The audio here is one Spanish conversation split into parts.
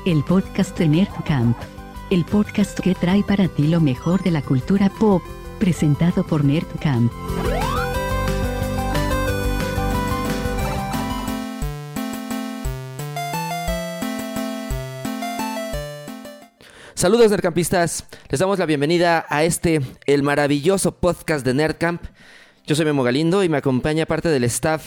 el podcast de Nerdcamp. El podcast que trae para ti lo mejor de la cultura pop, presentado por Nerdcamp. Saludos nerdcampistas, les damos la bienvenida a el maravilloso podcast de Nerdcamp. Yo soy Memo Galindo y me acompaña parte del staff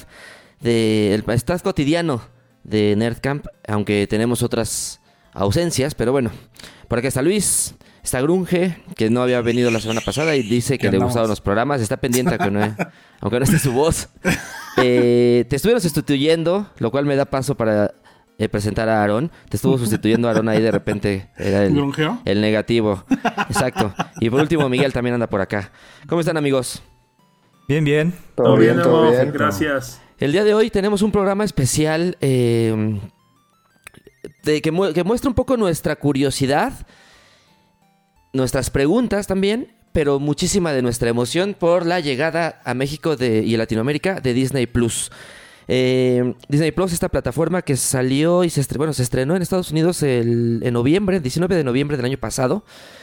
cotidiano de Nerdcamp, aunque tenemos otras ausencias, pero bueno, por acá está Luis, está Grunge, que no había venido la semana pasada y dice que le gustaban los programas, está pendiente aunque no esté su voz. Te estuvieron sustituyendo, lo cual me da paso para presentar a Aarón. Te estuvo sustituyendo a Aarón ahí de repente. Era el negativo. Exacto. Y por último, Miguel también anda por acá. ¿Cómo están, amigos? Bien. Todo bien. Gracias. El día de hoy tenemos un programa especial que muestra un poco nuestra curiosidad, nuestras preguntas también, pero muchísima de nuestra emoción por la llegada a México y a Latinoamérica de Disney Plus. Disney Plus, esta plataforma que salió y se estrenó en Estados Unidos en noviembre, 19 de noviembre del año pasado,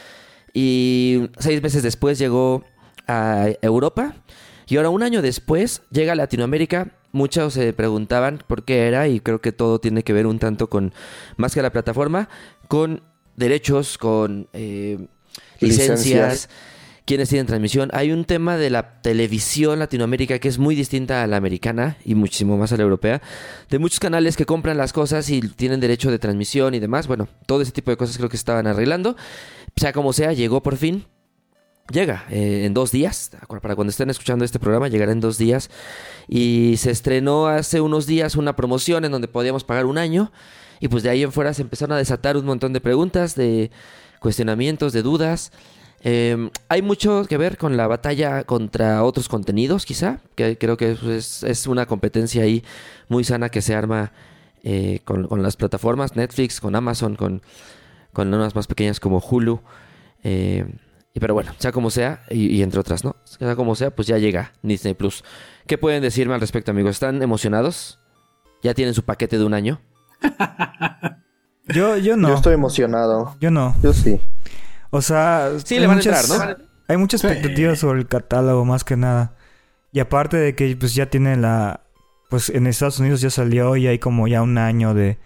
y 6 meses después llegó a Europa, y ahora un año después llega a Latinoamérica. Muchos se preguntaban por qué era, y creo que todo tiene que ver un tanto con, más que la plataforma, con derechos, con licencias, quienes tienen transmisión. Hay un tema de la televisión Latinoamérica que es muy distinta a la americana y muchísimo más a la europea, de muchos canales que compran las cosas y tienen derecho de transmisión y demás. Bueno, todo ese tipo de cosas creo que estaban arreglando. Sea como sea, llegó por fin. Llega en 2 días, para cuando estén escuchando este programa, llegará en 2 días. Y se estrenó hace unos días una promoción en donde podíamos pagar un año. Y pues de ahí en fuera se empezaron a desatar un montón de preguntas, de cuestionamientos, de dudas. Hay mucho que ver con la batalla contra otros contenidos, quizá. Que creo que es una competencia ahí muy sana que se arma con las plataformas, Netflix, con Amazon, con unas más pequeñas como Hulu. Pero bueno, sea como sea, y entre otras, ¿no? Sea como sea, pues ya llega Disney Plus. ¿Qué pueden decirme al respecto, amigos? ¿Están emocionados? ¿Ya tienen su paquete de un año? Yo no. Yo estoy emocionado. Yo no. Yo sí. O sea, sí, le van a entrar, ¿no? Hay muchas expectativas sobre el catálogo, más que nada. Y aparte de que pues ya tiene pues en Estados Unidos ya salió y hay como ya un año de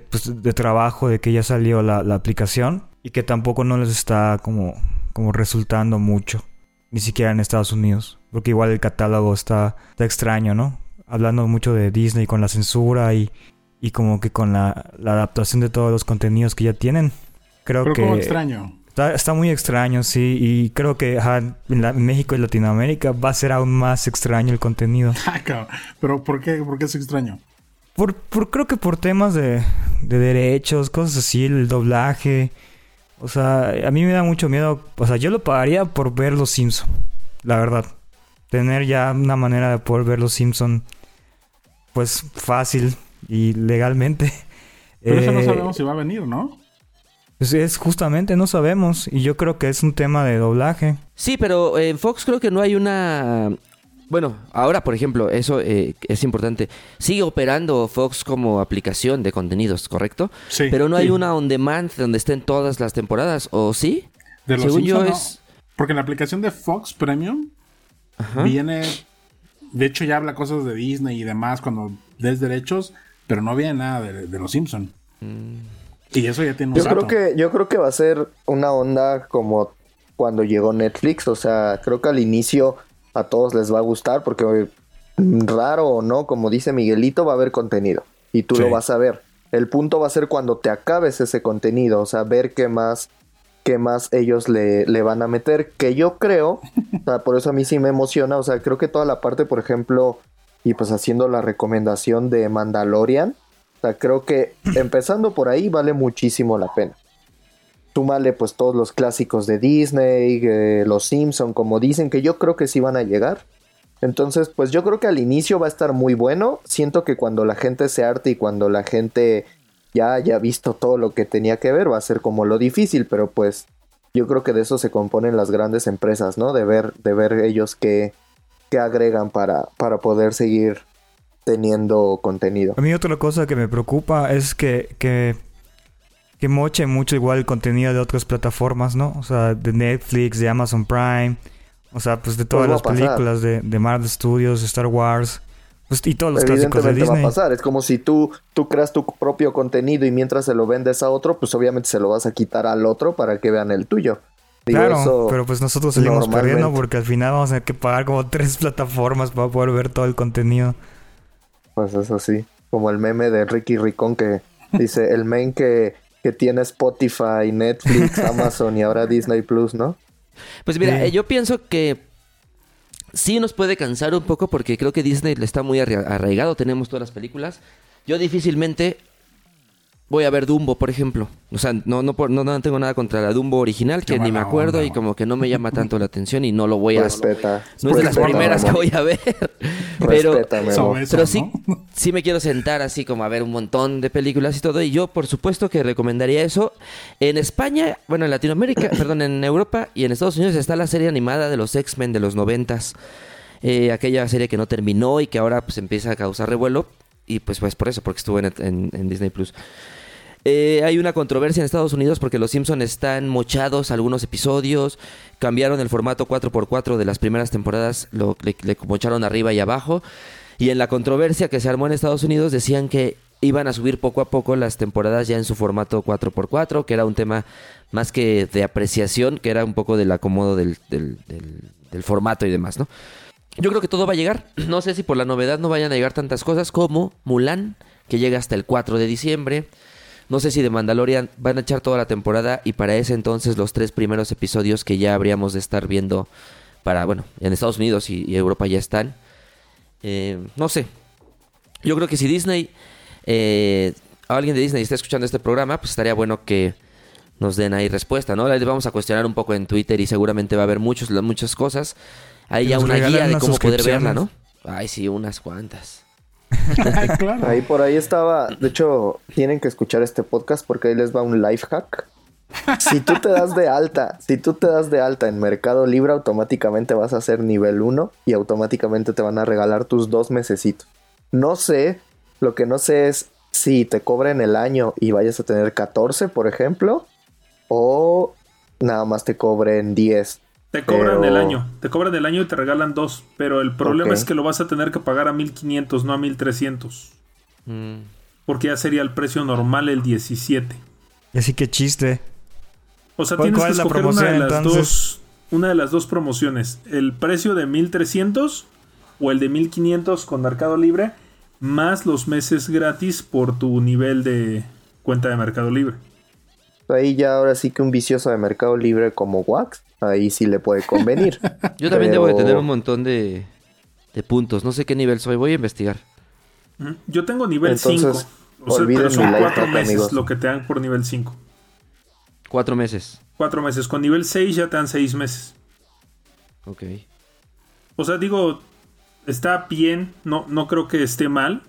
trabajo de que ya salió la aplicación. Y que tampoco no les está como resultando mucho. Ni siquiera en Estados Unidos. Porque igual el catálogo está extraño, ¿no? Hablando mucho de Disney con la censura y como que con la adaptación de todos los contenidos que ya tienen. Creo que... ¿Cómo extraño? Está muy extraño, sí. Y creo que en México y Latinoamérica va a ser aún más extraño el contenido. ¿Pero por qué es extraño? Creo que por temas de derechos, cosas así, el doblaje. O sea, a mí me da mucho miedo. O sea, yo lo pagaría por ver Los Simpson, la verdad. Tener ya una manera de poder ver Los Simpson, pues fácil y legalmente. Pero eso no sabemos si va a venir, ¿no? Pues es justamente, no sabemos. Y yo creo que es un tema de doblaje. Sí, pero en Fox creo que no hay una... Bueno, ahora, por ejemplo, eso es importante. Sigue operando Fox como aplicación de contenidos, ¿correcto? Sí. Pero no hay una on demand donde estén todas las temporadas, ¿o sí? De los Según Simpson, yo no. es... Porque en la aplicación de Fox Premium viene... De hecho, ya habla cosas de Disney y demás cuando des derechos, pero no viene nada de los Simpson. Y eso ya tiene un rato. Yo creo que va a ser una onda como cuando llegó Netflix. O sea, creo que al inicio a todos les va a gustar porque raro o no, como dice Miguelito, va a haber contenido. Y tú lo vas a ver. El punto va a ser cuando te acabes ese contenido. O sea, ver qué más ellos le van a meter. Que yo creo, o sea, por eso a mí sí me emociona. O sea, creo que toda la parte, por ejemplo, y pues haciendo la recomendación de Mandalorian. O sea, creo que empezando por ahí vale muchísimo la pena. Súmale pues todos los clásicos de Disney, los Simpson, como dicen, que yo creo que sí van a llegar. Entonces, pues yo creo que al inicio va a estar muy bueno. Siento que cuando la gente se harte y cuando la gente ya haya visto todo lo que tenía que ver, va a ser como lo difícil, pero pues yo creo que de eso se componen las grandes empresas, ¿no? De ver ellos qué agregan para poder seguir teniendo contenido. A mí otra cosa que me preocupa es que que moche mucho igual el contenido de otras plataformas, ¿no? O sea, de Netflix, de Amazon Prime, o sea, pues de todas las películas de Marvel Studios, de Star Wars, pues, y todos los clásicos de Disney. Va a pasar. Es como si tú creas tu propio contenido y mientras se lo vendes a otro, pues obviamente se lo vas a quitar al otro para que vean el tuyo. Digo, claro, pero pues nosotros salimos perdiendo porque al final vamos a tener que pagar como 3 plataformas para poder ver todo el contenido. Pues eso sí, como el meme de Ricky Ricón que dice el men que tiene Spotify, Netflix, Amazon y ahora Disney Plus, ¿no? Pues mira, yo pienso que sí nos puede cansar un poco porque creo que Disney le está muy arraigado, tenemos todas las películas. Yo difícilmente voy a ver Dumbo, por ejemplo. O sea, no tengo nada contra la Dumbo original, que ni me acuerdo y como que no me llama tanto la atención y no lo voy a... Respeta. No es de las primeras que voy a ver. Pero sí, ¿no? sí me quiero sentar así como a ver un montón de películas y todo. Y yo, por supuesto, que recomendaría eso. En España, bueno, en Latinoamérica, perdón, en Europa y en Estados Unidos está la serie animada de los X-Men de los 90s. Aquella serie que no terminó y que ahora pues empieza a causar revuelo. Y pues por eso, porque estuvo en Disney Plus. Hay una controversia en Estados Unidos porque los Simpsons están mochados algunos episodios. Cambiaron el formato 4x4 de las primeras temporadas. Le mocharon arriba y abajo. Y en la controversia que se armó en Estados Unidos decían que iban a subir poco a poco las temporadas ya en su formato 4x4, que era un tema más que de apreciación, que era un poco del acomodo del formato y demás, ¿no? Yo creo que todo va a llegar. No sé si por la novedad no vayan a llegar tantas cosas como Mulan, que llega hasta el 4 de diciembre. No sé si de Mandalorian van a echar toda la temporada y para ese entonces los 3 primeros episodios que ya habríamos de estar viendo en Estados Unidos y Europa ya están. No sé. Yo creo que si Disney, alguien de Disney está escuchando este programa, pues estaría bueno que nos den ahí respuesta, ¿no? Les vamos a cuestionar un poco en Twitter y seguramente va a haber muchas cosas. Hay ya una guía de cómo poder verla, ¿no? Ay, sí, unas cuantas. Claro. Ahí por ahí estaba. De hecho, tienen que escuchar este podcast porque ahí les va un life hack. Si tú te das de alta en Mercado Libre, automáticamente vas a ser nivel 1 y automáticamente te van a regalar tus 2 mesecitos. Lo que no sé es si te cobren el año y vayas a tener 14, por ejemplo, o nada más te cobren 10. Te cobran el año y te regalan 2, pero el problema es que lo vas a tener que pagar a 1,500, no a 1,300. Porque ya sería el precio normal el 17. Y así que chiste. O sea, tienes que escoger una de las dos promociones. El precio de 1,300 o el de 1,500 con Mercado Libre, más los meses gratis por tu nivel de cuenta de Mercado Libre. Ahí ya ahora sí que un vicioso de Mercado Libre como Wax, ahí sí le puede convenir. Yo también debo de tener un montón de puntos. No sé qué nivel soy, voy a investigar. Yo tengo nivel 5. O sea, pero son 4 meses, amigos, lo que te dan por nivel 5. 4 meses. 4 meses. Con nivel 6 ya te dan 6 meses. Ok. O sea, digo, está bien. No creo que esté mal.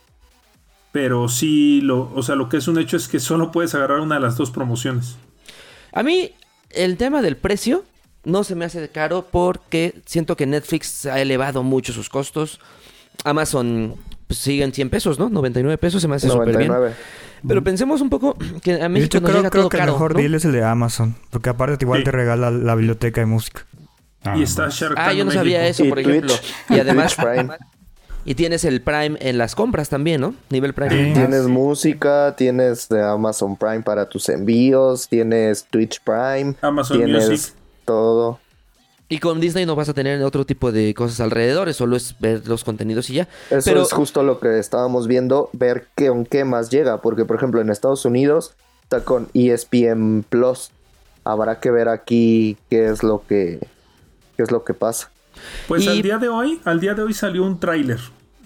Pero sí, lo que es un hecho es que solo puedes agarrar una de las dos promociones. A mí, el tema del precio no se me hace caro porque siento que Netflix ha elevado mucho sus costos. Amazon pues, sigue en 100 pesos, ¿no? 99 pesos se me hace súper bien. Pero pensemos un poco que a México nos llega todo caro, el mejor ¿no? deal es el de Amazon. Porque aparte igual te regala la biblioteca de música. Y está Shark Tank yo no sabía eso, por ejemplo. Y además... Y tienes el Prime en las compras también, ¿no? Nivel Prime. Sí. Tienes música, tienes Amazon Prime para tus envíos, tienes Twitch Prime, tienes Music, todo. Y con Disney no vas a tener otro tipo de cosas alrededor, solo es ver los contenidos y ya. Eso es justo lo que estábamos viendo, ver con qué más llega, porque por ejemplo en Estados Unidos está con ESPN Plus. Habrá que ver aquí qué es lo que pasa. Pues al día de hoy salió un tráiler.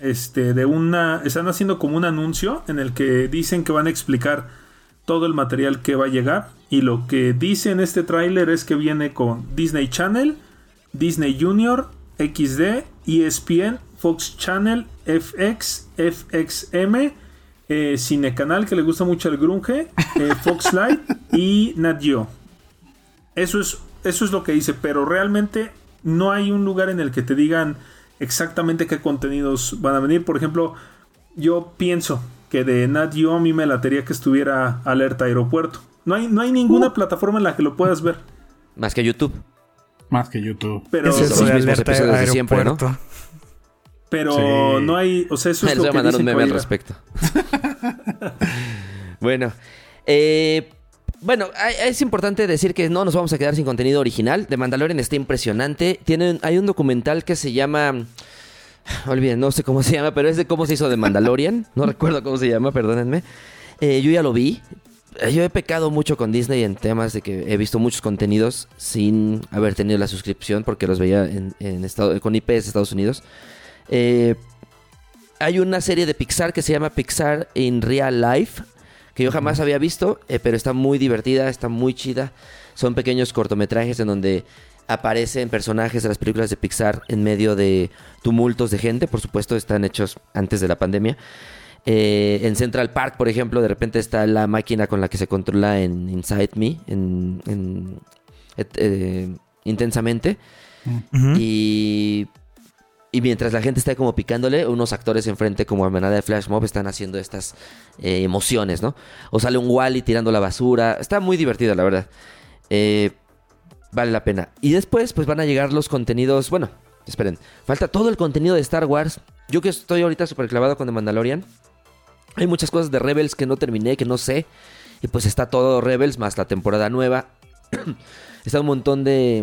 Están haciendo como un anuncio en el que dicen que van a explicar todo el material que va a llegar. Y lo que dice en este tráiler es que viene con Disney Channel, Disney Junior, XD, ESPN, Fox Channel, FX, FXM, Cinecanal, que le gusta mucho el grunge, Fox Light y Nat Geo. Eso es lo que dice, pero realmente no hay un lugar en el que te digan exactamente qué contenidos van a venir. Por ejemplo, yo pienso que de Nat Geo a mí me latería que estuviera Alerta Aeropuerto. No hay ninguna plataforma en la que lo puedas ver. Más que YouTube. Pero es eso de Alerta Aeropuerto. Siempre, ¿no? Pero sí. No hay... O sea, eso es lo que voy a mandar un meme al respecto. Bueno. Bueno, es importante decir que no nos vamos a quedar sin contenido original. The Mandalorian está impresionante. Hay un documental que se llama... Olviden, no sé cómo se llama, pero es de cómo se hizo The Mandalorian. No recuerdo cómo se llama, perdónenme. Yo ya lo vi. Yo he pecado mucho con Disney en temas de que he visto muchos contenidos sin haber tenido la suscripción porque los veía con IPs de Estados Unidos. Hay una serie de Pixar que se llama Pixar in Real Life, que yo jamás había visto, pero está muy divertida, está muy chida. Son pequeños cortometrajes en donde aparecen personajes de las películas de Pixar en medio de tumultos de gente. Por supuesto, están hechos antes de la pandemia. En Central Park, por ejemplo, de repente está la máquina con la que se controla en Inside Me, intensamente. Uh-huh. Y mientras la gente está como picándole, unos actores enfrente como a manada de flash mob están haciendo estas emociones, ¿no? O sale un Wall-E tirando la basura. Está muy divertido, la verdad. Vale la pena. Y después pues van a llegar los contenidos. Bueno, esperen, falta todo el contenido de Star Wars. Yo que estoy ahorita súper clavado con The Mandalorian. Hay muchas cosas de Rebels que no terminé, que no sé. Y pues está todo Rebels más la temporada nueva. Está un montón de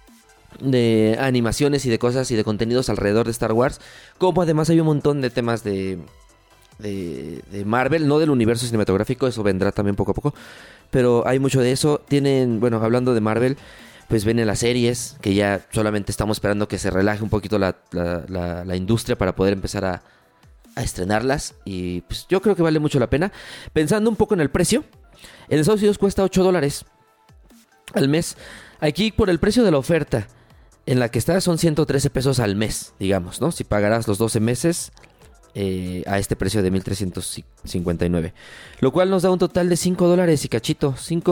animaciones y de cosas y de contenidos alrededor de Star Wars. Como además hay un montón de temas de Marvel, no del universo cinematográfico, eso vendrá también poco a poco. Pero hay mucho de eso. Bueno, hablando de Marvel, pues vienen las series, que ya solamente estamos esperando que se relaje un poquito la industria para poder empezar a estrenarlas. Y pues yo creo que vale mucho la pena. Pensando un poco en el precio, en Estados Unidos cuesta $8 al mes. Aquí por el precio de la oferta en la que está son 113 pesos al mes, digamos, ¿no? Si pagarás los 12 meses a este precio de $1,359. Lo cual nos da un total de $5 y cachito,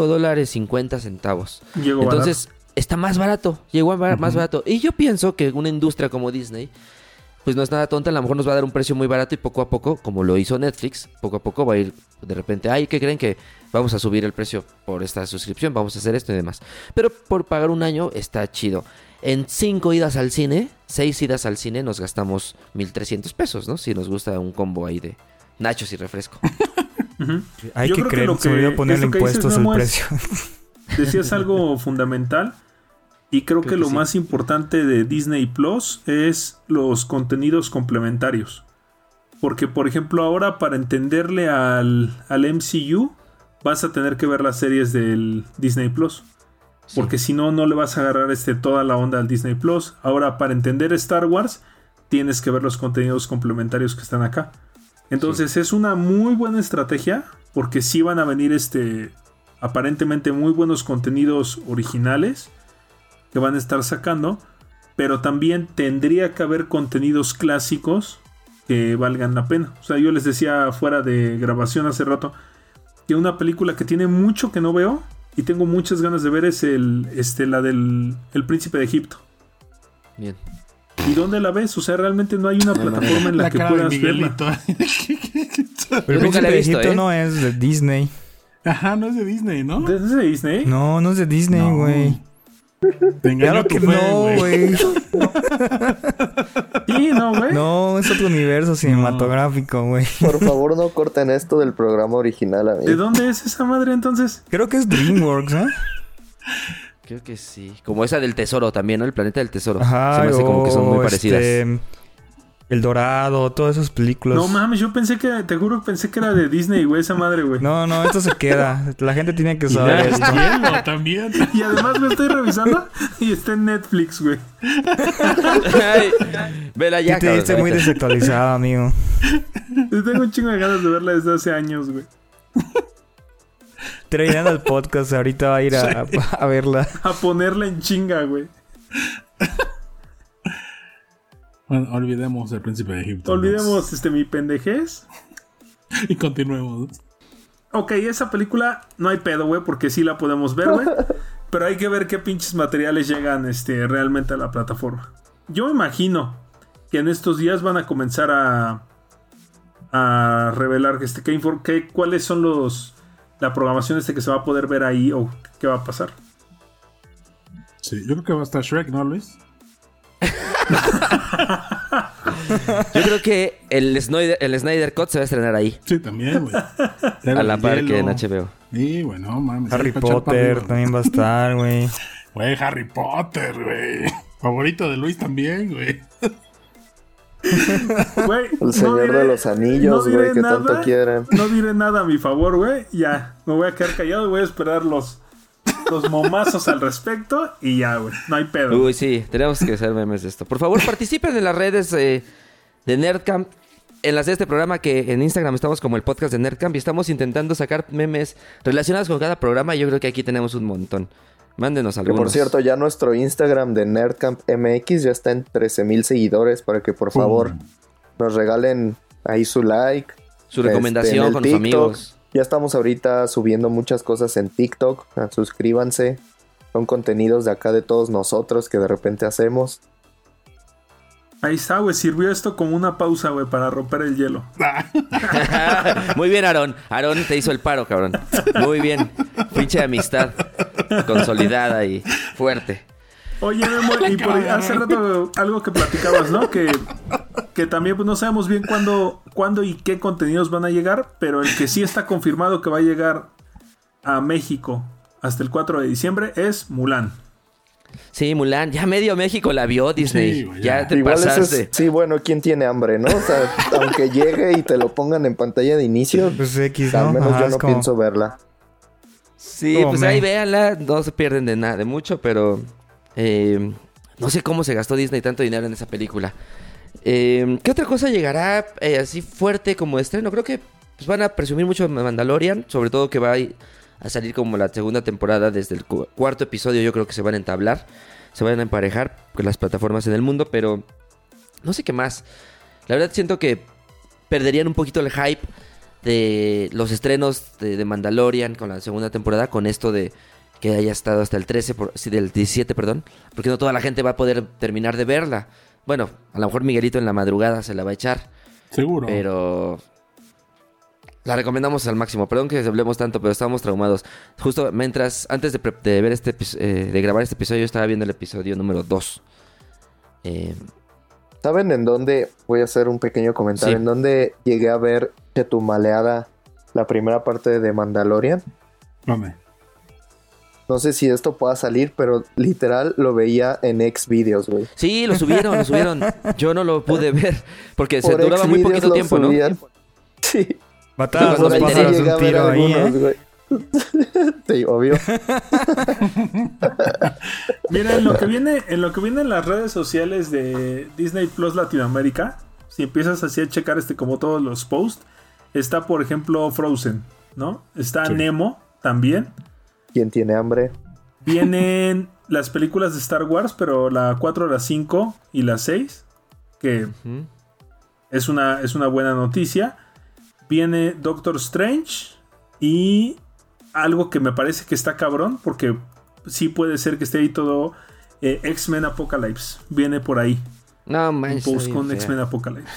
$5.50. Entonces, barato. Está más barato, llegó a más barato. Y yo pienso que una industria como Disney, pues no es nada tonta, a lo mejor nos va a dar un precio muy barato y poco a poco, como lo hizo Netflix, poco a poco va a ir de repente, ¿qué creen que vamos a subir el precio por esta suscripción? Vamos a hacer esto y demás. Pero por pagar un año está chido. En 6 idas al cine, nos gastamos $1,300, ¿no? Si nos gusta un combo ahí de nachos y refresco. Hay que creer, se me olvidó ponerle impuestos al precio. Decías algo fundamental. Y creo que lo más importante de Disney Plus es los contenidos complementarios. Porque, por ejemplo, ahora para entenderle al MCU vas a tener que ver las series del Disney Plus. Porque si no, no le vas a agarrar toda la onda al Disney Plus. Ahora, para entender Star Wars, tienes que ver los contenidos complementarios que están acá. Entonces, es una muy buena estrategia. Porque sí van a venir aparentemente muy buenos contenidos originales que van a estar sacando, pero también tendría que haber contenidos clásicos que valgan la pena. O sea, yo les decía fuera de grabación hace rato que una película que tiene mucho que no veo y tengo muchas ganas de ver es la del El Príncipe de Egipto. Bien. ¿Y dónde la ves? O sea, realmente no hay una plataforma en la que puedas verla. Pero El Príncipe de Egipto no es de Disney. Ajá, no es de Disney, ¿no? ¿Es de Disney? No, no es de Disney, güey. No. Claro que no, güey. Sí, no, güey. No, es otro universo cinematográfico, güey. Por favor, no corten esto del programa original, amigo. ¿De dónde es esa madre, entonces? Creo que es DreamWorks, ¿eh? Creo que sí. Como esa del tesoro también, ¿no? El planeta del tesoro. Ajá, se me hace como que son muy parecidas. El Dorado, todas esas películas. No mames, te juro que pensé que era de Disney, güey, esa madre, güey. No, esto se queda. La gente tiene que saber esto. También. Y además me estoy revisando y está en Netflix, güey. Vela ya, te diste muy desactualizado, amigo. Tengo un chingo de ganas de verla desde hace años, güey. Terminando el podcast, ahorita va a ir a verla. A ponerla en chinga, güey. Bueno, olvidemos El Príncipe de Egipto. Olvidemos mi pendejez. Y continuemos. Ok, esa película no hay pedo, güey, porque sí la podemos ver, güey. Pero hay que ver qué pinches materiales llegan realmente a la plataforma. Yo imagino que en estos días van a comenzar a a revelar cuáles son la programación que se va a poder ver ahí o qué va a pasar. Sí, yo creo que va a estar Shrek, ¿no, Luis? Yo creo que el Snyder Cut se va a estrenar ahí. Sí, también, güey. A la par que en HBO. Sí, güey, no mames. Harry Potter también va a estar, güey. Güey, Harry Potter, güey. Favorito de Luis también, güey. Güey, El Señor de los Anillos, güey, que tanto quieren. No diré nada a mi favor, güey. Ya, me voy a quedar callado y voy a esperar los momazos al respecto y ya, güey. No hay pedo. Uy, sí, tenemos que hacer memes de esto. Por favor, participen en las redes de Nerdcamp. En las de este programa, que en Instagram estamos como el podcast de Nerdcamp y estamos intentando sacar memes relacionados con cada programa. Y yo creo que aquí tenemos un montón. Mándenos algunos. Que por cierto, ya nuestro Instagram de Nerdcamp MX ya está en 13,000 seguidores para que por favor nos regalen ahí su like. Su recomendación con TikTok. los amigos. Ya estamos ahorita subiendo muchas cosas en TikTok. Suscríbanse. Son contenidos de acá de todos nosotros que de repente hacemos. Ahí está, güey. Sirvió esto como una pausa, güey, para romper el hielo. Muy bien, Aarón. Aarón te hizo el paro, cabrón. Muy bien. Pinche amistad consolidada y fuerte. Oye, Memo, y por ahí, hace rato algo que platicabas, ¿no? Que también pues, no sabemos bien cuándo y qué contenidos van a llegar, pero el que sí está confirmado que va a llegar a México hasta el 4 de diciembre es Mulan. Sí, Mulan. Ya medio México la vio, Disney. Sí, güey, ya te Igual pasaste. sí, bueno, ¿quién tiene hambre, no? O sea, aunque llegue y te lo pongan en pantalla de inicio, Pues X, ¿no? al menos Ajá, yo es no como- pienso verla. Sí, Oh, pues man. ahí véanla. No se pierden de nada, de mucho, pero... no sé cómo se gastó Disney tanto dinero en esa película. ¿Qué otra cosa llegará así fuerte como estreno? Creo que pues, van a presumir mucho de Mandalorian. Sobre todo que va a salir como la segunda temporada. Desde el cuarto episodio yo creo que se van a entablar. Se van a emparejar con las plataformas en el mundo. Pero no sé qué más. La verdad siento que perderían un poquito el hype de los estrenos de Mandalorian con la segunda temporada. Con esto de que haya estado hasta el 13, del 17, perdón. Porque no toda la gente va a poder terminar de verla. Bueno, a lo mejor Miguelito en la madrugada se la va a echar. Seguro. Pero la recomendamos al máximo. Perdón que hablemos tanto, pero estábamos traumados. Justo antes de ver de grabar este episodio, yo estaba viendo el episodio número 2. ¿Saben en dónde? Voy a hacer un pequeño comentario. Sí. En dónde llegué a ver chetumaleada la primera parte de Mandalorian. ¿Dónde? No sé si esto pueda salir, pero literal lo veía en Xvideos, güey. Sí, lo subieron. Yo no lo pude ver porque se Por duraba muy Xvideos poquito lo tiempo, ¿no? subían. Sí. Matabas Cuando dos me pájaros de llegué a un ver tiro ahí, algunos, ¿eh? güey. Sí, obvio. Mira, en lo que viene en las redes sociales de Disney Plus Latinoamérica, si empiezas así a checar como todos los posts, está por ejemplo Frozen, ¿no? Está Nemo también. ¿Quién tiene hambre? Vienen las películas de Star Wars, pero la 4, la 5 y la 6, que es una buena noticia. Viene Doctor Strange y algo que me parece que está cabrón, porque sí puede ser que esté ahí todo. X-Men Apocalypse viene por ahí. No Un manches. post con fea. X-Men Apocalypse.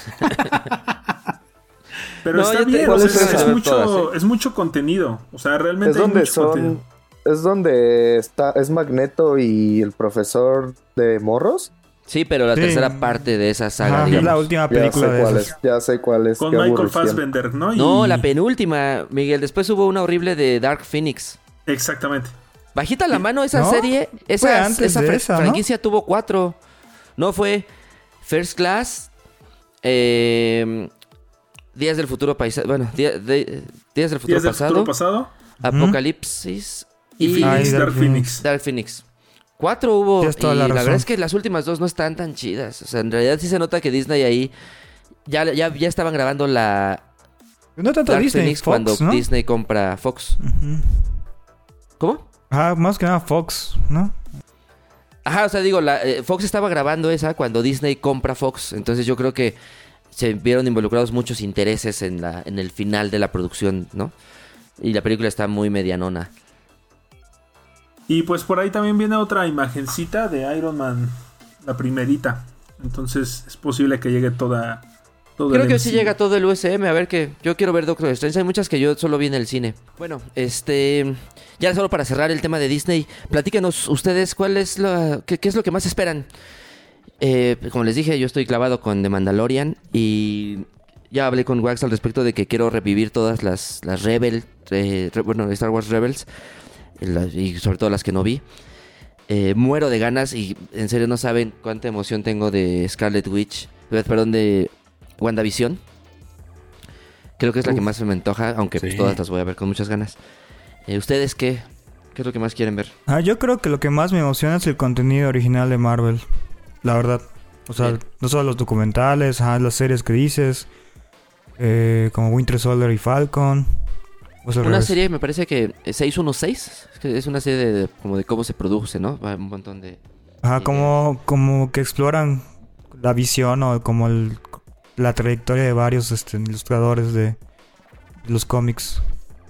Pero No, está yo bien, tengo o sea, esas es todas, mucho, es mucho contenido. O sea, realmente Es hay donde mucho contenido. es donde es Magneto y el profesor de morros. Sí, pero la Sí. tercera parte de esa saga, Ajá, es digamos. la última Ya película sé de cuál esas. es, ya sé cuál es. Con qué Michael aburrición. Fassbender, ¿no? No, la penúltima, Miguel. Después hubo una horrible de Dark Phoenix. Exactamente. Bajita la mano esa ¿No? serie. Fue Esa antes de esa, ¿no? franquicia tuvo 4. No, fue First Class, Días del Futuro Pasado. Bueno, Días del Futuro Días del Pasado. futuro pasado Apocalipsis y y Phoenix, Dark Dark Phoenix. Dark Phoenix. 4 hubo. Tienes toda y la la razón. verdad es que las últimas 2 no están tan chidas. O sea, en realidad sí se nota que Disney ahí ya estaban grabando la No tanto Dark Disney, Phoenix Fox, cuando ¿no? Disney compra Fox. Ujú. ¿Cómo? Ah, más que nada Fox, ¿no? Ajá, o sea, digo, Fox estaba grabando esa cuando Disney compra Fox. Entonces yo creo que se vieron involucrados muchos intereses en el final de la producción, ¿no? Y la película está muy medianona. Y pues por ahí también viene otra imagencita de Iron Man, la primerita. Entonces es posible que llegue toda Creo que sí llega todo el USM. A ver, que yo quiero ver Doctor Strange. Hay muchas que yo solo vi en el cine. Bueno, ya solo para cerrar el tema de Disney, platíquenos ustedes qué es lo que más esperan. Como les dije, yo estoy clavado con The Mandalorian y ya hablé con Wax al respecto de que quiero revivir todas las Rebel, Star Wars Rebels, y sobre todo las que no vi. Muero de ganas y en serio no saben cuánta emoción tengo de Scarlet Witch, de WandaVision. Creo que es la que más se me antoja, aunque pues todas las voy a ver con muchas ganas. ¿Ustedes qué es lo que más quieren ver? Yo creo que lo que más me emociona es el contenido original de Marvel, la verdad. O sea, no solo los documentales, las series que dices, como Winter Soldier y Falcon. Una serie, me parece que 616, es una serie como de cómo se produce, ¿no? Un montón de... como que exploran la visión o como la trayectoria de varios ilustradores de los cómics.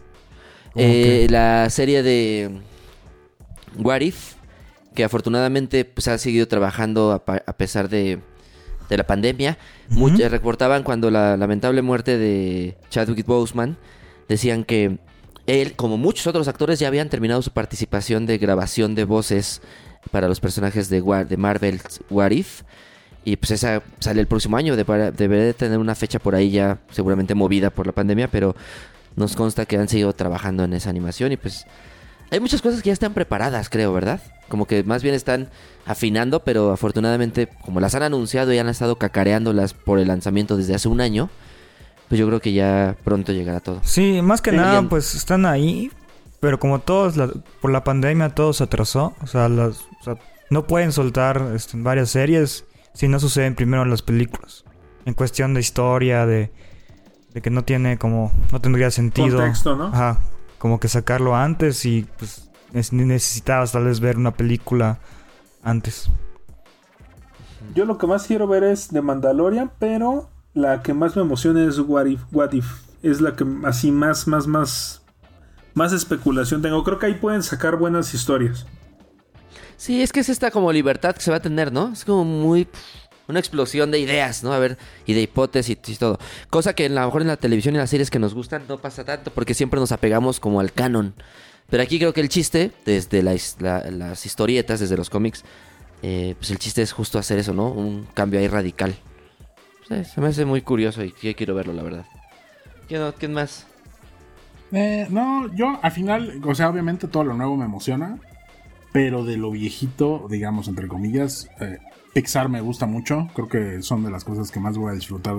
La serie de What If, que afortunadamente pues, ha seguido trabajando a pesar de la pandemia. Reportaban cuando la lamentable muerte de Chadwick Boseman, decían que él, como muchos otros actores, ya habían terminado su participación de grabación de voces para los personajes de Marvel What If. Y pues esa sale el próximo año. Debería de tener una fecha por ahí ya seguramente movida por la pandemia, pero nos consta que han seguido trabajando en esa animación. Y pues hay muchas cosas que ya están preparadas, creo, ¿verdad? Como que más bien están afinando, pero afortunadamente, como las han anunciado y han estado cacareándolas por el lanzamiento desde hace un año, pues yo creo que ya pronto llegará todo. Sí, más que nada, pues están ahí, pero como todos, por la pandemia todo se atrasó. O sea, no pueden soltar varias series si no suceden primero las películas. En cuestión de historia, de que no tendría sentido. Contexto, ¿no? Ajá, como que sacarlo antes y pues necesitabas tal vez ver una película antes. Yo lo que más quiero ver es The Mandalorian, pero la que más me emociona es What If. Es la que así más especulación tengo. Creo que ahí pueden sacar buenas historias. Sí, es que es esta como libertad que se va a tener, ¿no? Es como una explosión de ideas, ¿no? A ver, y de hipótesis y todo. Cosa que a lo mejor en la televisión y las series que nos gustan no pasa tanto porque siempre nos apegamos como al canon. Pero aquí creo que el chiste, desde las historietas, desde los cómics, pues el chiste es justo hacer eso, ¿no? Un cambio ahí radical. Se me hace muy curioso y quiero verlo, la verdad. ¿Quién más? No, yo al final, o sea, obviamente todo lo nuevo me emociona. Pero de lo viejito, digamos, entre comillas, Pixar me gusta mucho. Creo que son de las cosas que más voy a disfrutar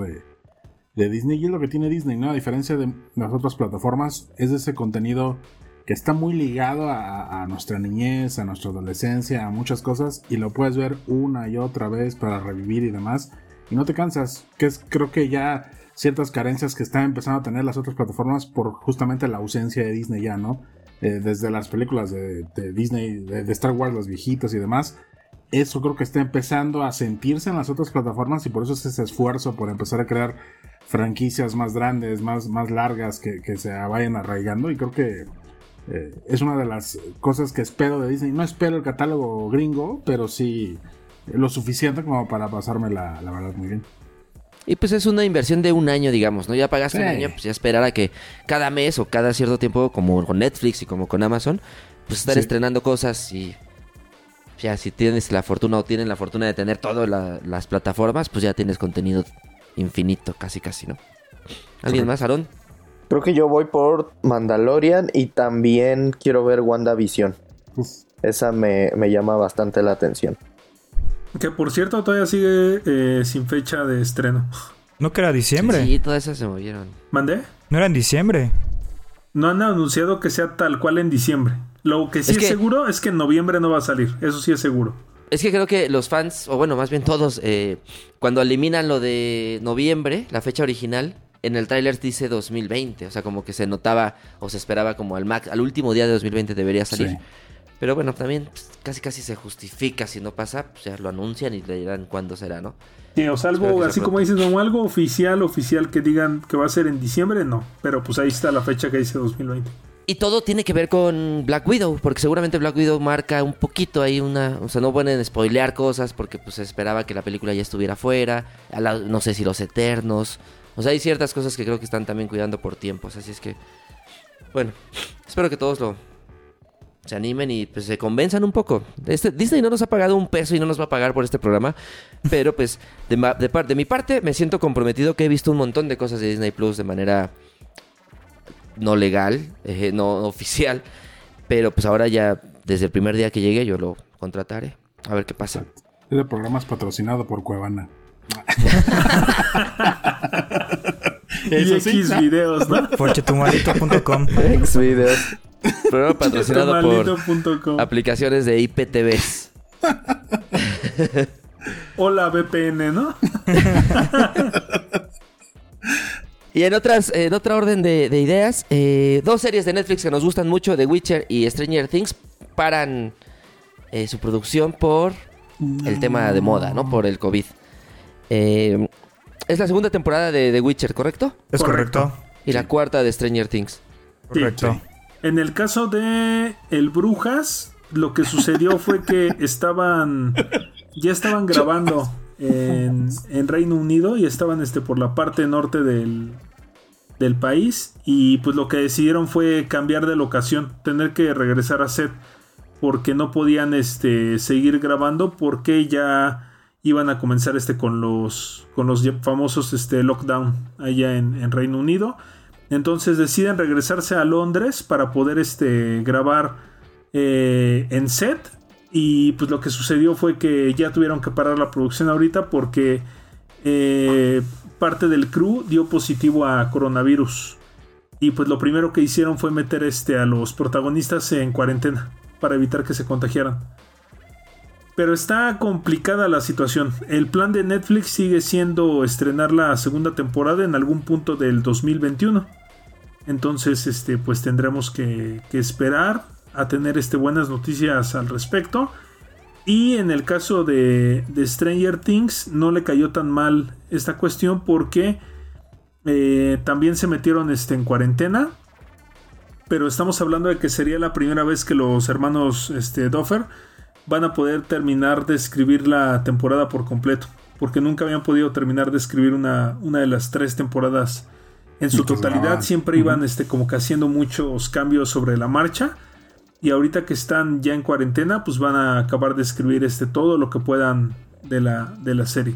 de Disney. Y es lo que tiene Disney, ¿no? A diferencia de las otras plataformas, es ese contenido que está muy ligado a nuestra niñez, a nuestra adolescencia, a muchas cosas. Y lo puedes ver una y otra vez para revivir y demás. Y no te cansas, que es creo que ya ciertas carencias que están empezando a tener las otras plataformas por justamente la ausencia de Disney ya, ¿no? Desde las películas de Disney, de Star Wars, las viejitas y demás, eso creo que está empezando a sentirse en las otras plataformas y por eso es ese esfuerzo por empezar a crear franquicias más grandes, más largas que se vayan arraigando. Y creo que es una de las cosas que espero de Disney. No espero el catálogo gringo, pero sí lo suficiente como para pasarme la verdad muy bien. Y pues es una inversión de un año, digamos, ¿no? Ya pagaste un año, pues ya esperar a que cada mes o cada cierto tiempo, como con Netflix y como con Amazon, pues estar estrenando cosas y ya si tienes la fortuna o tienen la fortuna de tener todas las plataformas, pues ya tienes contenido infinito, casi, ¿no? ¿Alguien más, Aarón? Creo que yo voy por Mandalorian y también quiero ver WandaVision. Esa me llama bastante la atención. Que por cierto todavía sigue sin fecha de estreno. ¿No que era diciembre? Sí, todas esas se movieron. ¿Mandé? ¿No era en diciembre? No han anunciado que sea tal cual en diciembre. Lo que sí es seguro es que en noviembre no va a salir. Eso sí es seguro. Es que creo que los fans, o bueno, más bien todos, cuando eliminan lo de noviembre, la fecha original, en el tráiler dice 2020. O sea, como que se notaba o se esperaba como al último día de 2020 debería salir. Sí. Pero bueno, también pues, casi se justifica. Si no pasa, pues ya lo anuncian y le dirán cuándo será, ¿no? Sí, o sea, algo así como dices, como algo oficial que digan que va a ser en diciembre, no. Pero pues ahí está la fecha que dice 2020. Y todo tiene que ver con Black Widow, porque seguramente Black Widow marca un poquito ahí o sea, no pueden spoilear cosas porque pues se esperaba que la película ya estuviera fuera, no sé si los Eternos, o sea, hay ciertas cosas que creo que están también cuidando por tiempos, así es que, bueno, espero que todos se animen y pues se convenzan un poco. Disney no nos ha pagado un peso y no nos va a pagar por este programa, pero pues de mi parte me siento comprometido, que he visto un montón de cosas de Disney Plus de manera no legal, no oficial, pero pues ahora ya desde el primer día que llegue yo lo contrataré, a ver qué pasa. Este programa es patrocinado por Cuevana. Y X videos, ¿no? Por chetumalito.com. Xvideos. Programa patrocinado por aplicaciones de IPTVs. Hola VPN, ¿no? Y en otra orden de ideas, 2 series de Netflix que nos gustan mucho, The Witcher y Stranger Things, paran su producción por el tema de moda, ¿no? Por el COVID. Es la segunda temporada de The Witcher, ¿correcto? Es correcto. Y la cuarta de Stranger Things. Correcto. Sí. En el caso de El Brujas, lo que sucedió fue que ya estaban grabando en Reino Unido y estaban por la parte norte del país, y pues lo que decidieron fue cambiar de locación, tener que regresar a set porque no podían seguir grabando porque ya iban a comenzar con los famosos lockdown allá en Reino Unido. Entonces deciden regresarse a Londres para poder grabar en set. Y pues lo que sucedió fue que ya tuvieron que parar la producción ahorita porque parte del crew dio positivo a coronavirus. Y pues lo primero que hicieron fue meter a los protagonistas en cuarentena para evitar que se contagiaran. Pero está complicada la situación. El plan de Netflix sigue siendo estrenar la segunda temporada en algún punto del 2021. Entonces pues tendremos que esperar a tener buenas noticias al respecto. Y en el caso de Stranger Things no le cayó tan mal esta cuestión porque también se metieron en cuarentena, pero estamos hablando de que sería la primera vez que los hermanos Duffer van a poder terminar de escribir la temporada por completo, porque nunca habían podido terminar de escribir una de las 3 temporadas en su totalidad. Siempre iban como que haciendo muchos cambios sobre la marcha. Y ahorita que están ya en cuarentena, pues van a acabar de escribir todo lo que puedan de la serie.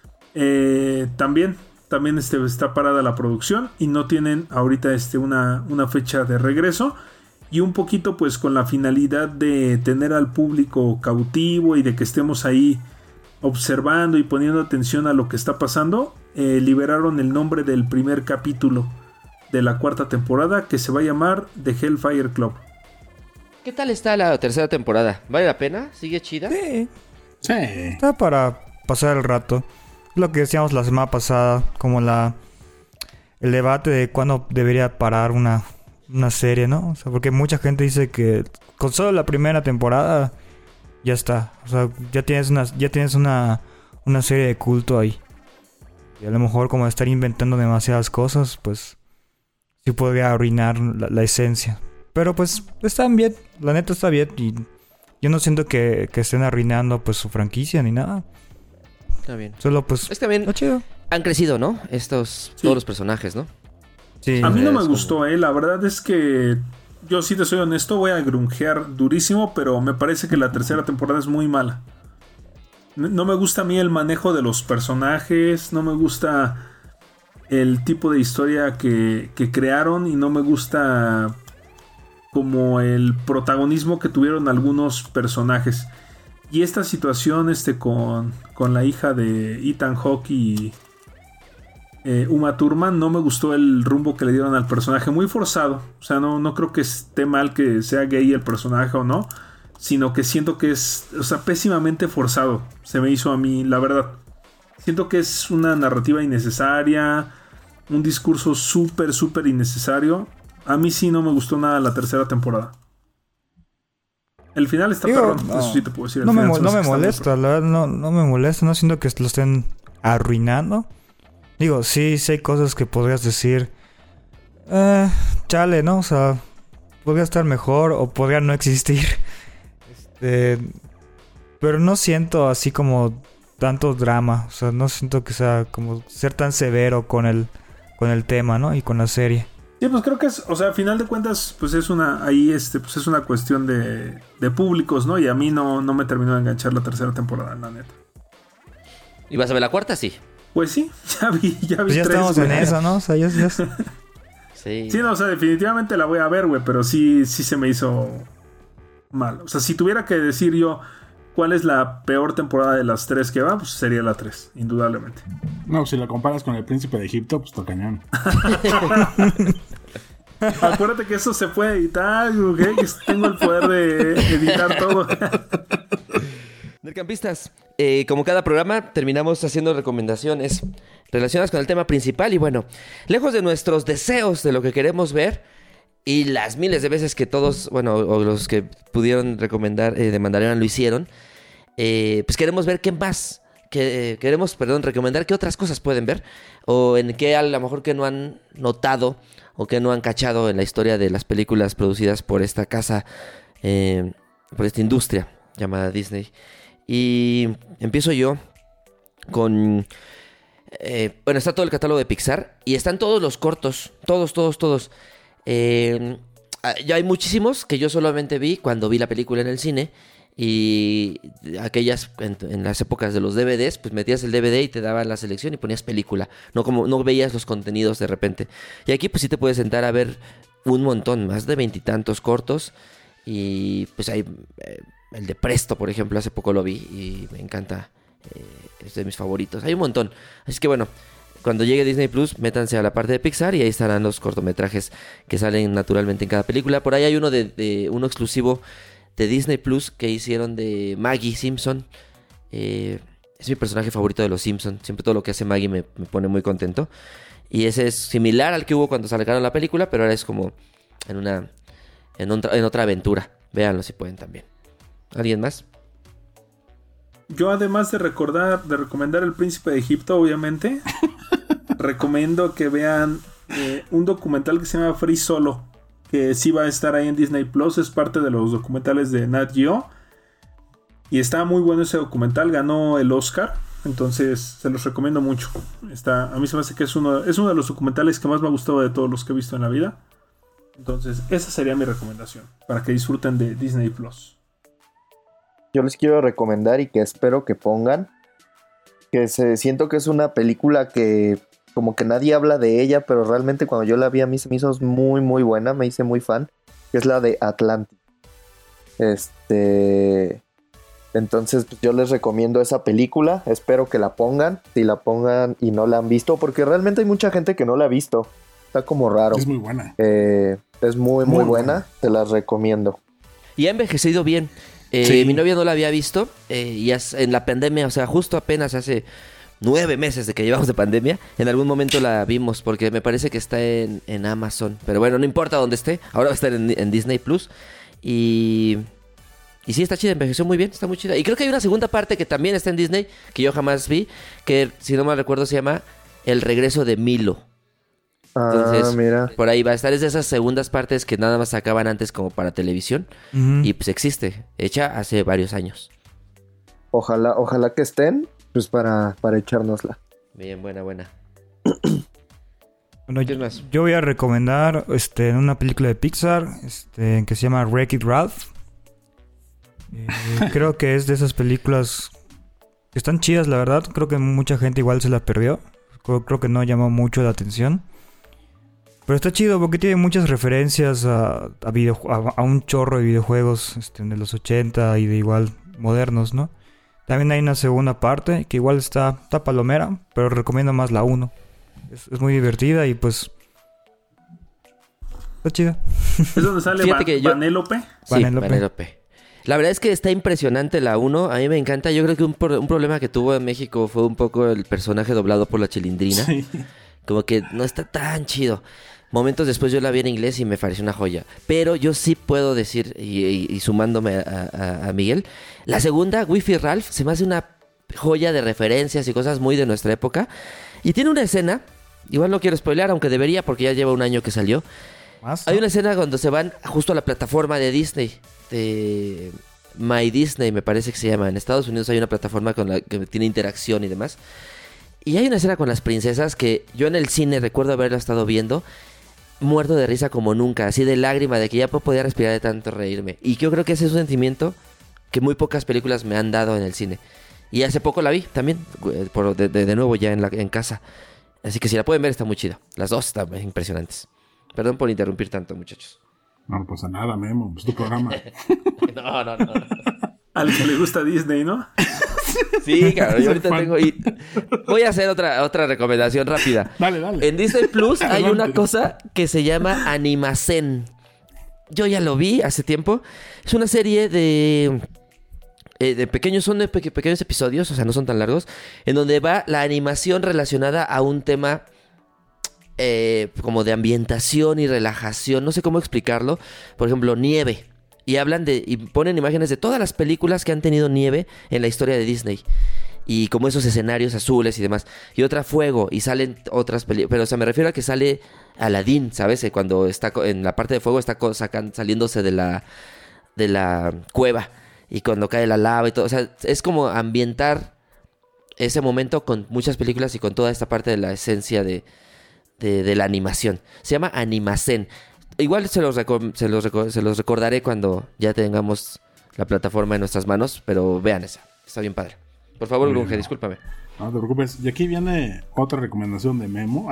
También está parada la producción y no tienen ahorita una fecha de regreso. Y un poquito pues con la finalidad de tener al público cautivo y de que estemos ahí observando y poniendo atención a lo que está pasando, liberaron el nombre del primer capítulo de la 4ª temporada, que se va a llamar The Hellfire Club. ¿Qué tal está la tercera temporada? ¿Vale la pena? ¿Sigue chida? Sí. Está para pasar el rato. Lo que decíamos la semana pasada, como el debate de cuándo debería parar una serie, ¿no? O sea, porque mucha gente dice que con solo la primera temporada ya está. O sea, ya tienes una serie de culto ahí. Y a lo mejor como estar inventando demasiadas cosas, pues sí podría arruinar la esencia. Pero pues están bien, la neta está bien. Y yo no siento que estén arruinando pues su franquicia ni nada. Está bien. Solo pues es que también chido. Han crecido, ¿no? Todos los personajes, ¿no? Sí. A mí no me gustó, la verdad es que yo, si te soy honesto, voy a grungear durísimo, pero me parece que la tercera temporada es muy mala. No me gusta a mí el manejo de los personajes, no me gusta el tipo de historia que crearon y no me gusta como el protagonismo que tuvieron algunos personajes. Y esta situación con la hija de Ethan Hawke y Uma Thurman, no me gustó el rumbo que le dieron al personaje, muy forzado. O sea, no creo que esté mal que sea gay el personaje o no, sino que siento que es, o sea, pésimamente forzado. Se me hizo a mí, la verdad. Siento que es una narrativa innecesaria, un discurso súper innecesario. A mí sí no me gustó nada la tercera temporada. El final está perrón, eso sí te puedo decir. No me molesta, la verdad no me molesta, no siento que lo estén arruinando. Digo, sí hay cosas que podrías decir, chale, ¿no? O sea, podría estar mejor o podría no existir. Pero no siento así como tanto drama. O sea, no siento que sea como ser tan severo con el tema, ¿no? Y con la serie. Sí, pues creo que es, o sea, a final de cuentas, pues es una pues es una cuestión de públicos, ¿no? Y a mí no me terminó de enganchar la tercera temporada, la neta. ¿Y vas a ver la cuarta? Sí. Pues sí, ya vi pues ya 3, estamos güey. en eso, ¿no? O sea, ya... Sí. Sí, no, o sea, definitivamente la voy a ver, güey, pero sí se me hizo mal. O sea, si tuviera que decir yo cuál es la peor temporada de las 3 que va, pues sería la 3, indudablemente. No, si la comparas con El Príncipe de Egipto, pues está cañón. Acuérdate que eso se puede editar, ¿ok? Que tengo el poder de editar todo. Nerdcampistas, como cada programa, terminamos haciendo recomendaciones relacionadas con el tema principal. Y bueno, lejos de nuestros deseos de lo que queremos ver y las miles de veces que todos, bueno, o los que pudieron recomendar de Mandalorian lo hicieron, pues queremos ver qué más. Queremos recomendar qué otras cosas pueden ver o en qué a lo mejor que no han notado o que no han cachado en la historia de las películas producidas por esta casa, por esta industria llamada Disney. Y empiezo yo con... bueno, está todo el catálogo de Pixar y están todos los cortos, todos. Ya hay muchísimos que yo solamente vi cuando vi la película en el cine. Y aquellas en las épocas de los DVDs, pues metías el DVD y te daban la selección y ponías película. No veías los contenidos de repente. Y aquí pues sí te puedes sentar a ver un montón, más de 20 y tantos cortos. Y pues hay el de Presto, por ejemplo, hace poco lo vi y me encanta. Es de mis favoritos. Hay un montón. Así que bueno, cuando llegue Disney Plus, métanse a la parte de Pixar y ahí estarán los cortometrajes que salen naturalmente en cada película. Por ahí hay uno uno exclusivo de Disney Plus que hicieron de Maggie Simpson. Es mi personaje favorito de los Simpsons. Siempre todo lo que hace Maggie me pone muy contento. Y ese es similar al que hubo cuando sacaron la película, pero ahora es como en otra aventura. Véanlo si pueden también. ¿Alguien más? Yo, además de recomendar El Príncipe de Egipto, obviamente, recomiendo que vean un documental que se llama Free Solo, que sí va a estar ahí en Disney Plus. Es parte de los documentales de Nat Geo y está muy bueno ese documental. Ganó el Oscar, entonces se los recomiendo mucho. A mí se me hace que es uno de los documentales que más me ha gustado de todos los que he visto en la vida. Entonces esa sería mi recomendación para que disfruten de Disney Plus. Yo les quiero recomendar y que espero que pongan, siento que es una película que como que nadie habla de ella, pero realmente cuando yo la vi a mí se me hizo muy muy buena, me hice muy fan, que es la de Atlantis. Entonces pues, yo les recomiendo esa película, espero que la pongan, si la pongan y no la han visto, porque realmente hay mucha gente que no la ha visto, está como raro. Es muy buena. Es muy buena, te la recomiendo. Y ha envejecido bien. Sí. Mi novia no la había visto y en la pandemia, o sea, justo apenas hace 9 meses de que llevamos de pandemia, en algún momento la vimos porque me parece que está en Amazon. Pero bueno, no importa dónde esté, ahora va a estar en Disney Plus. Y sí, está chida, envejeció muy bien, está muy chida. Y creo que hay una segunda parte que también está en Disney, que yo jamás vi, que si no mal recuerdo se llama El Regreso de Milo. Entonces, mira. por ahí va a estar. Es de esas segundas partes que nada más sacaban antes como para televisión. Uh-huh. Y pues existe, hecha hace varios años. Ojalá que estén, pues para echárnosla. Bien, buena. Bueno, ¿Qué más? yo voy a recomendar una película de Pixar que se llama Wreck-It Ralph. Creo que es de esas películas que están chidas, la verdad. Creo que mucha gente igual se la perdió. Creo que no llamó mucho la atención. Pero está chido porque tiene muchas referencias a un chorro de videojuegos de los 80 y de igual modernos, ¿no? También hay una segunda parte que igual está palomera, pero recomiendo más la 1. Es muy divertida y pues está chida. ¿Es donde sale Vanellope? Sí, Vanellope. La verdad es que está impresionante la 1. A mí me encanta. Yo creo que un problema que tuvo en México fue un poco el personaje doblado por la Chilindrina. Sí. Como que no está tan chido. Momentos después yo la vi en inglés y me pareció una joya. Pero yo sí puedo decir, y sumándome a Miguel, la segunda, Wi-Fi Ralph, se me hace una joya de referencias y cosas muy de nuestra época. Y tiene una escena, igual no quiero spoilear, aunque debería porque ya lleva un año que salió, Más, Hay ¿no? una escena cuando se van justo a la plataforma de Disney, de My Disney me parece que se llama. En Estados Unidos hay una plataforma con la que tiene interacción y demás. Y hay una escena con las princesas que yo en el cine recuerdo haberla estado viendo, muerto de risa como nunca, así de lágrima, de que ya no podía respirar de tanto reírme. Y yo creo que ese es un sentimiento que muy pocas películas me han dado en el cine. Y hace poco la vi también, de nuevo ya en casa. Así que si la pueden ver está muy chida. Las dos están impresionantes. Perdón por interrumpir tanto, muchachos. No pasa nada, Memo, es tu programa. No. Al que le gusta Disney, ¿no? Sí, claro, yo ahorita tengo... Voy a hacer otra recomendación rápida. Dale. En Disney Plus hay Adelante. una cosa que se llama Animacen. Yo ya lo vi hace tiempo. Es una serie de pequeños episodios, o sea, no son tan largos, en donde va la animación relacionada a un tema como de ambientación y relajación. No sé cómo explicarlo. Por ejemplo, nieve. Y ponen imágenes de todas las películas que han tenido nieve en la historia de Disney. Y como esos escenarios azules y demás. Y otra fuego. Y salen otras películas. Pero o sea, me refiero a que sale Aladdin, ¿sabes? Cuando está en la parte de fuego está saliéndose de la cueva. Y cuando cae la lava y todo. O sea, es como ambientar ese momento con muchas películas y con toda esta parte de la esencia de la animación. Se llama Animacen. Igual se los recordaré cuando ya tengamos la plataforma en nuestras manos, pero vean esa, está bien padre. Por favor, Grunge, discúlpame. No te preocupes. Y aquí viene otra recomendación de Memo.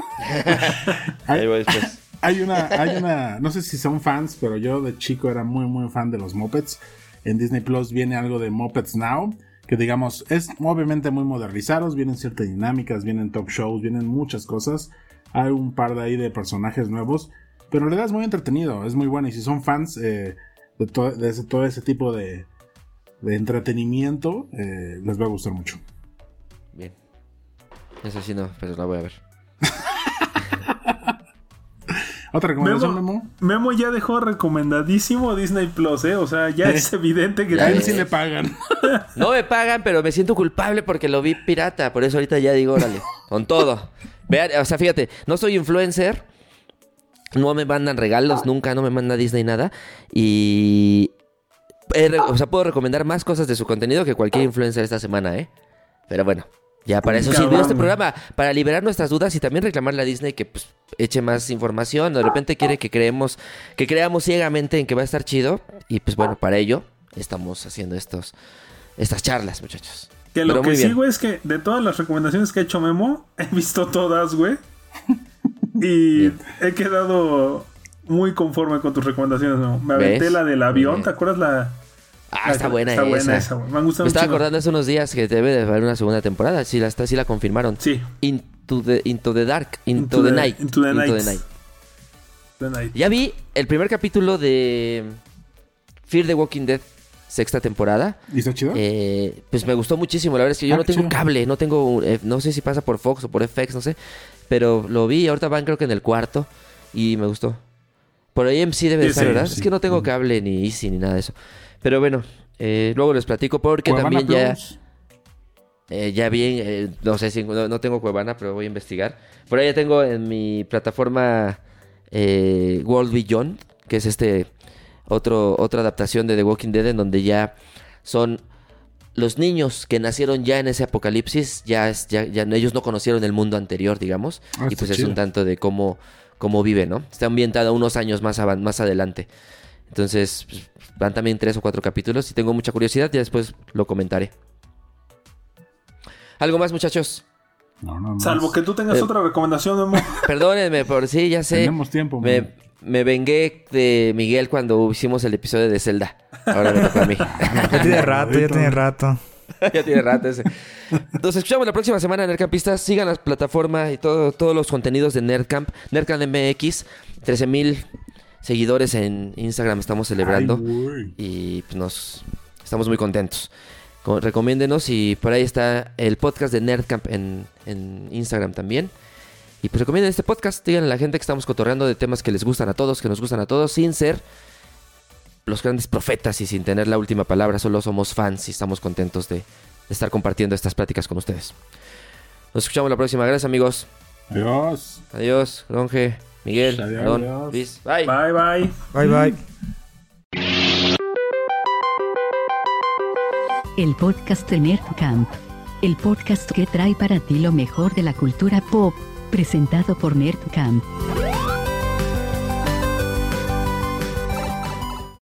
Ahí voy después. Hay una, no sé si son fans, pero yo de chico era muy, muy fan de los Muppets. En Disney Plus viene algo de Muppets Now, que digamos, es obviamente muy modernizados, vienen ciertas dinámicas, vienen talk shows, vienen muchas cosas. Hay un par de ahí de personajes nuevos. Pero en realidad es muy entretenido, es muy bueno. Y si son fans de todo ese tipo de entretenimiento, les va a gustar mucho. Bien. Eso sí no, pero la voy a ver. ¿Otra recomendación, Memo? Memo ya dejó recomendadísimo Disney Plus, ¿eh? O sea, ya es evidente que... A él sí le pagan. No me pagan, pero me siento culpable porque lo vi pirata. Por eso ahorita ya digo, órale, con todo. Vean, o sea, fíjate, no soy influencer. No me mandan regalos, nunca, no me manda Disney nada. Y... o sea, puedo recomendar más cosas de su contenido que cualquier influencer esta semana, ¿eh? Pero bueno, ya para eso sirvió este programa. Para liberar nuestras dudas y también reclamarle a Disney que pues eche más información. De repente quiere que creamos ciegamente en que va a estar chido. Y pues bueno, para ello estamos haciendo estas charlas, muchachos. Que lo que sí, güey, es que de todas las recomendaciones que ha hecho Memo, he visto todas, güey. Y he quedado muy conforme con tus recomendaciones, Memo. Me aventé la del avión, ¿te acuerdas la...? Está buena esa. Me han gustado estaba mucho. acordando hace unos días que debe de haber una segunda temporada. Sí la confirmaron. Sí. Into the Night. Ya vi el primer capítulo de Fear the Walking Dead, sexta temporada. ¿Y está chido? Pues me gustó muchísimo. La verdad es que yo no tengo cable, no tengo... no sé si pasa por Fox o por FX, no sé. Pero lo vi y ahorita van creo que en el cuarto. Y me gustó. Por AMC debe estar, ¿verdad? Sí. Es que no tengo cable ni Easy ni nada de eso. Pero bueno, luego les platico porque también ya vi, no sé si no tengo Cuevana, pero voy a investigar. Por ahí ya tengo en mi plataforma World Beyond, que es otra adaptación de The Walking Dead, en donde ya son los niños que nacieron ya en ese apocalipsis, ya ellos no conocieron el mundo anterior, digamos, y pues es un tanto de cómo vive, ¿no? Está ambientada unos años más adelante. Entonces, pues, van también 3 o 4 capítulos y tengo mucha curiosidad, ya después lo comentaré. ¿Algo más, muchachos? No. Salvo que tú tengas otra recomendación, Memo. Perdónenme, por sí, ya sé. Tenemos tiempo, me vengué de Miguel cuando hicimos el episodio de Zelda. Ahora me toca a mí. Ya tiene rato. Ya tiene rato ese. Nos escuchamos la próxima semana, Nerdcampistas. Sigan la plataforma y todos los contenidos de Nerdcamp. Nerdcamp MX, 13,000 seguidores en Instagram estamos celebrando. Y pues estamos muy contentos. Recomiéndenos y por ahí está el podcast de Nerdcamp en Instagram también. Y pues recomienden este podcast, díganle a la gente que estamos cotorreando de temas que les gustan a todos, que nos gustan a todos, sin ser los grandes profetas y sin tener la última palabra. Solo somos fans y estamos contentos de estar compartiendo estas pláticas con ustedes. Nos escuchamos la próxima. Gracias, amigos. Adiós. Adiós, Longe. Miguel, Adiós. Aarón, Luis. Bye. Bye, bye. Bye, bye. El podcast de Nerdcamp. El podcast que trae para ti lo mejor de la cultura pop, presentado por Nerdcamp.